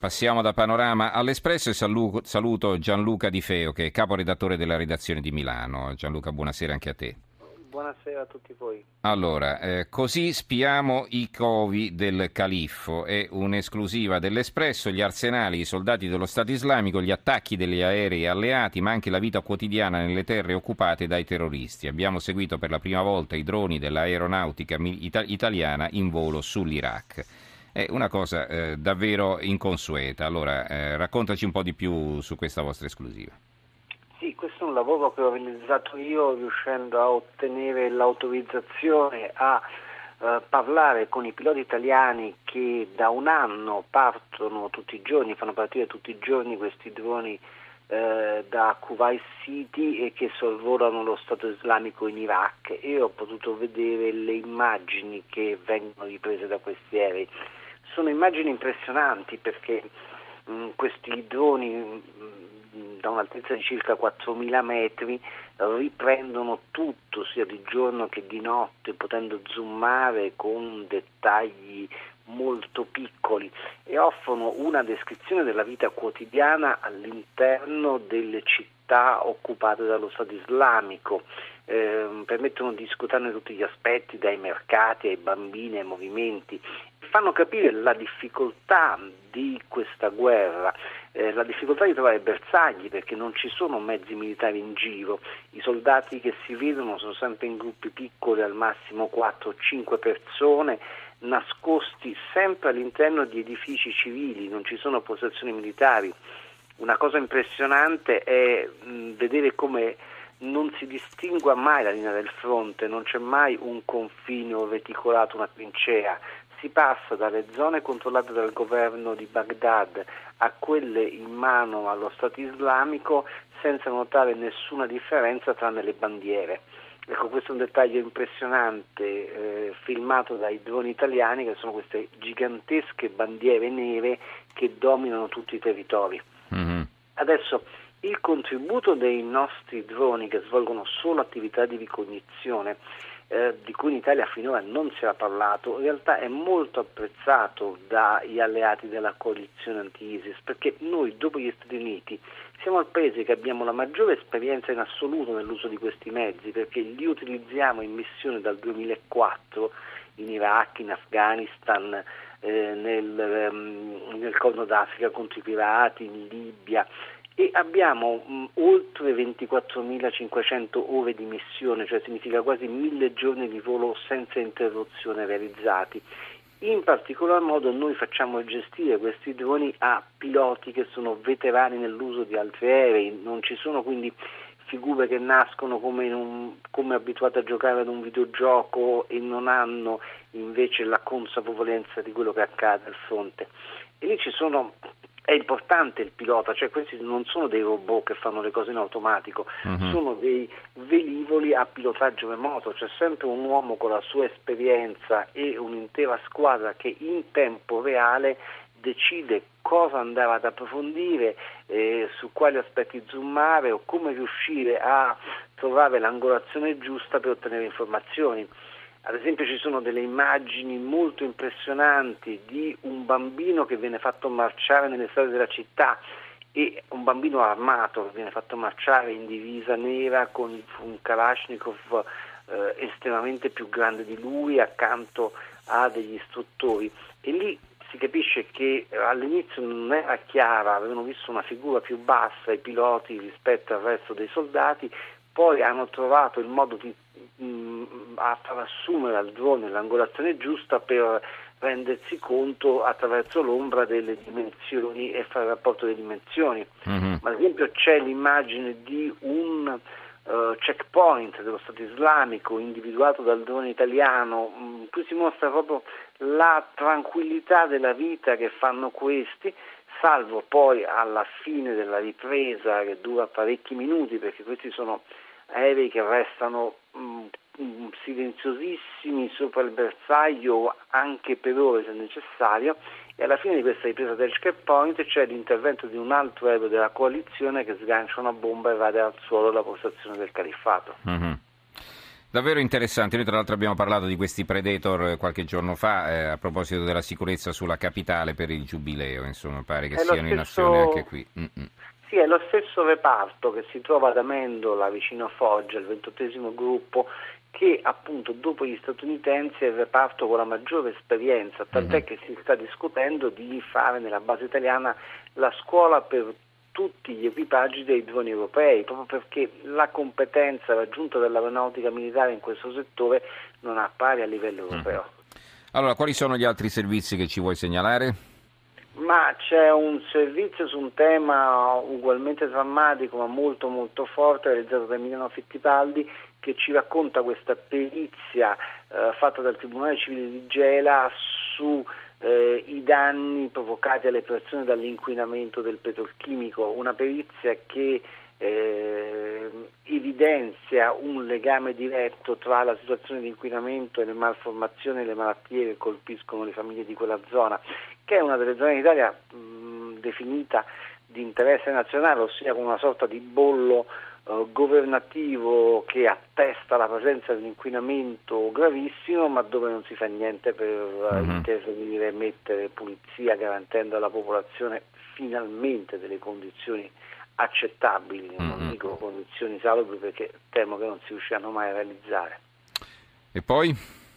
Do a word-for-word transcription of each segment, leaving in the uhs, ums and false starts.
Passiamo da Panorama all'Espresso e salu- saluto Gianluca Di Feo, che è caporedattore della redazione di Milano. Gianluca, buonasera anche a te. Buonasera a tutti voi. Allora, eh, così spiamo i covi del califfo. È un'esclusiva dell'Espresso, gli arsenali, i soldati dello Stato islamico, gli attacchi degli aerei alleati, ma anche la vita quotidiana nelle terre occupate dai terroristi. Abbiamo seguito per la prima volta i droni dell'aeronautica mi- ita- italiana in volo sull'Iraq. È una cosa eh, davvero inconsueta. Allora, eh, raccontaci un po' di più su questa vostra esclusiva. Sì, questo è un lavoro che ho realizzato io riuscendo a ottenere l'autorizzazione a eh, parlare con i piloti italiani che da un anno partono tutti i giorni, fanno partire tutti i giorni questi droni eh, da Kuwait City e che sorvolano lo Stato islamico in Iraq, e ho potuto vedere le immagini che vengono riprese da questi aerei. Sono immagini impressionanti perché mh, questi droni mh, da un'altezza di circa quattromila metri riprendono tutto sia di giorno che di notte, potendo zoomare con dettagli molto piccoli, e offrono una descrizione della vita quotidiana all'interno delle città occupate dallo Stato islamico. Eh, permettono di discutere tutti gli aspetti, dai mercati ai bambini ai movimenti. Fanno capire la difficoltà di questa guerra, eh, la difficoltà di trovare bersagli perché non ci sono mezzi militari in giro, i soldati che si vedono sono sempre in gruppi piccoli, al massimo quattro o cinque persone, nascosti sempre all'interno di edifici civili, non ci sono postazioni militari. Una cosa impressionante è mh, vedere come non si distingua mai la linea del fronte, non c'è mai un confine o reticolato, una trincea. Si passa dalle zone controllate dal governo di Baghdad a quelle in mano allo Stato islamico senza notare nessuna differenza tranne le bandiere. Ecco, questo è un dettaglio impressionante eh, filmato dai droni italiani, che sono queste gigantesche bandiere nere che dominano tutti i territori. Mm-hmm. Adesso il contributo dei nostri droni, che svolgono solo attività di ricognizione, Eh, di cui in Italia finora non si era parlato, in realtà è molto apprezzato dagli alleati della coalizione anti-ISIS, perché noi dopo gli Stati Uniti siamo il paese che abbiamo la maggiore esperienza in assoluto nell'uso di questi mezzi, perché li utilizziamo in missione dal duemilaquattro in Iraq, in Afghanistan, eh, nel, ehm, nel Corno d'Africa contro i pirati, in Libia, e abbiamo mh, oltre ventiquattromilacinquecento ore di missione, cioè significa quasi mille giorni di volo senza interruzione realizzati. In particolar modo noi facciamo gestire questi droni a piloti che sono veterani nell'uso di altri aerei, non ci sono quindi figure che nascono come, in un, come abituate a giocare ad un videogioco e non hanno invece la consapevolezza di quello che accade al fronte. E lì ci sono È importante il pilota, cioè questi non sono dei robot che fanno le cose in automatico, uh-huh. sono dei velivoli a pilotaggio remoto, c'è sempre un uomo con la sua esperienza e un'intera squadra che in tempo reale decide cosa andare ad approfondire, eh, su quali aspetti zoomare o come riuscire a trovare l'angolazione giusta per ottenere informazioni. Ad esempio ci sono delle immagini molto impressionanti di un bambino che viene fatto marciare nelle strade della città, e un bambino armato che viene fatto marciare in divisa nera con un Kalashnikov eh, estremamente più grande di lui accanto a degli istruttori, e lì si capisce che all'inizio non era chiara, avevano visto una figura più bassa i piloti rispetto al resto dei soldati, poi hanno trovato il modo di a far assumere al drone l'angolazione giusta per rendersi conto attraverso l'ombra delle dimensioni e fare il rapporto delle dimensioni. Mm-hmm. Ma ad esempio c'è l'immagine di un uh, checkpoint dello Stato islamico individuato dal drone italiano, in cui si mostra proprio la tranquillità della vita che fanno questi, salvo poi alla fine della ripresa, che dura parecchi minuti, perché questi sono aerei che restano mh, mh, silenziosissimi sopra il bersaglio anche per ore se necessario, e alla fine di questa ripresa del checkpoint c'è l'intervento di un altro aereo della coalizione che sgancia una bomba e evade al suolo la postazione del califfato. Mm-hmm. Davvero interessante, noi tra l'altro abbiamo parlato di questi Predator qualche giorno fa eh, a proposito della sicurezza sulla capitale per il Giubileo, insomma pare che è siano stesso... in azione anche qui. Mm-mm. Sì, è lo stesso reparto che si trova ad Amendola vicino a Foggia, il ventottesimo gruppo, che appunto dopo gli statunitensi è il reparto con la maggiore esperienza, tant'è mm-hmm. che si sta discutendo di fare nella base italiana la scuola per tutti gli equipaggi dei droni europei, proprio perché la competenza raggiunta dall'aeronautica militare in questo settore non ha pari a livello europeo. Allora, quali sono gli altri servizi che ci vuoi segnalare? Ma c'è un servizio su un tema ugualmente drammatico ma molto molto forte realizzato da Emiliano Fittipaldi, che ci racconta questa perizia eh, fatta dal Tribunale Civile di Gela su Eh, i danni provocati alle persone dall'inquinamento del petrolchimico, una perizia che eh, evidenzia un legame diretto tra la situazione di inquinamento e le malformazioni e le malattie che colpiscono le famiglie di quella zona, che è una delle zone d'Italia mh, definita di interesse nazionale, ossia con una sorta di bollo Uh, governativo che attesta la presenza di un inquinamento gravissimo, ma dove non si fa niente per uh, mm-hmm. intervenire e mettere pulizia, garantendo alla popolazione finalmente delle condizioni accettabili, mm-hmm. non dico condizioni salubri perché temo che non si riusciranno mai a realizzare. E poi?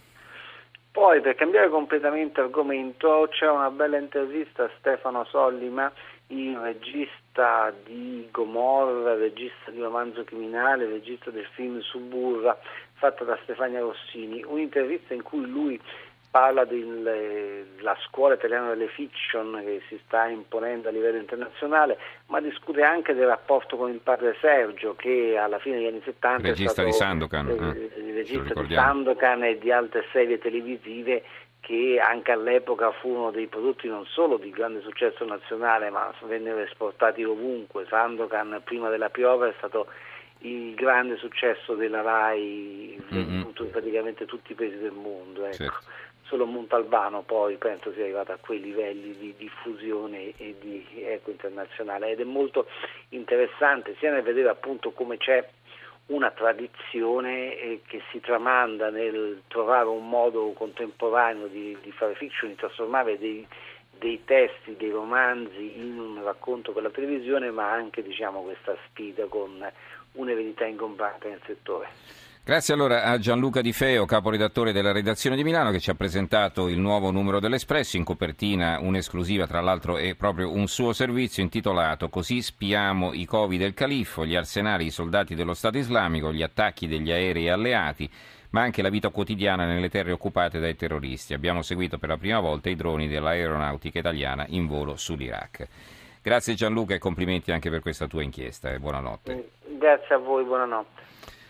Poi, per cambiare completamente argomento, c'è una bella intervista a Stefano Sollima, il regista di Gomorra, regista di Romanzo Criminale, regista del film Suburra, fatta da Stefania Rossini, un'intervista in cui lui parla della scuola italiana delle fiction che si sta imponendo a livello internazionale, ma discute anche del rapporto con il padre Sergio, che alla fine degli anni settanta regista è stato di Sandokan, eh, il regista di Sandokan e di altre serie televisive che anche all'epoca furono dei prodotti non solo di grande successo nazionale, ma vennero esportati ovunque. Sandokan prima della Piova è stato il grande successo della RAI, venduto mm-hmm. in praticamente tutti i paesi del mondo. Ecco. Certo. Solo Montalbano poi penso sia arrivato a quei livelli di diffusione e di eco internazionale, ed è molto interessante sia nel vedere appunto come c'è una tradizione eh, che si tramanda nel trovare un modo contemporaneo di, di fare fiction, di trasformare dei, dei testi, dei romanzi in un racconto per la televisione, ma anche diciamo questa sfida con un'eredità ingombrante nel settore. Grazie allora a Gianluca Di Feo, caporedattore della redazione di Milano, che ci ha presentato il nuovo numero dell'Espresso, in copertina un'esclusiva, tra l'altro è proprio un suo servizio intitolato "Così spiamo i covi del califfo, gli arsenali, i soldati dello Stato islamico, gli attacchi degli aerei alleati, ma anche la vita quotidiana nelle terre occupate dai terroristi. Abbiamo seguito per la prima volta i droni dell'aeronautica italiana in volo sull'Iraq". Grazie Gianluca e complimenti anche per questa tua inchiesta e buonanotte. Grazie a voi, buonanotte.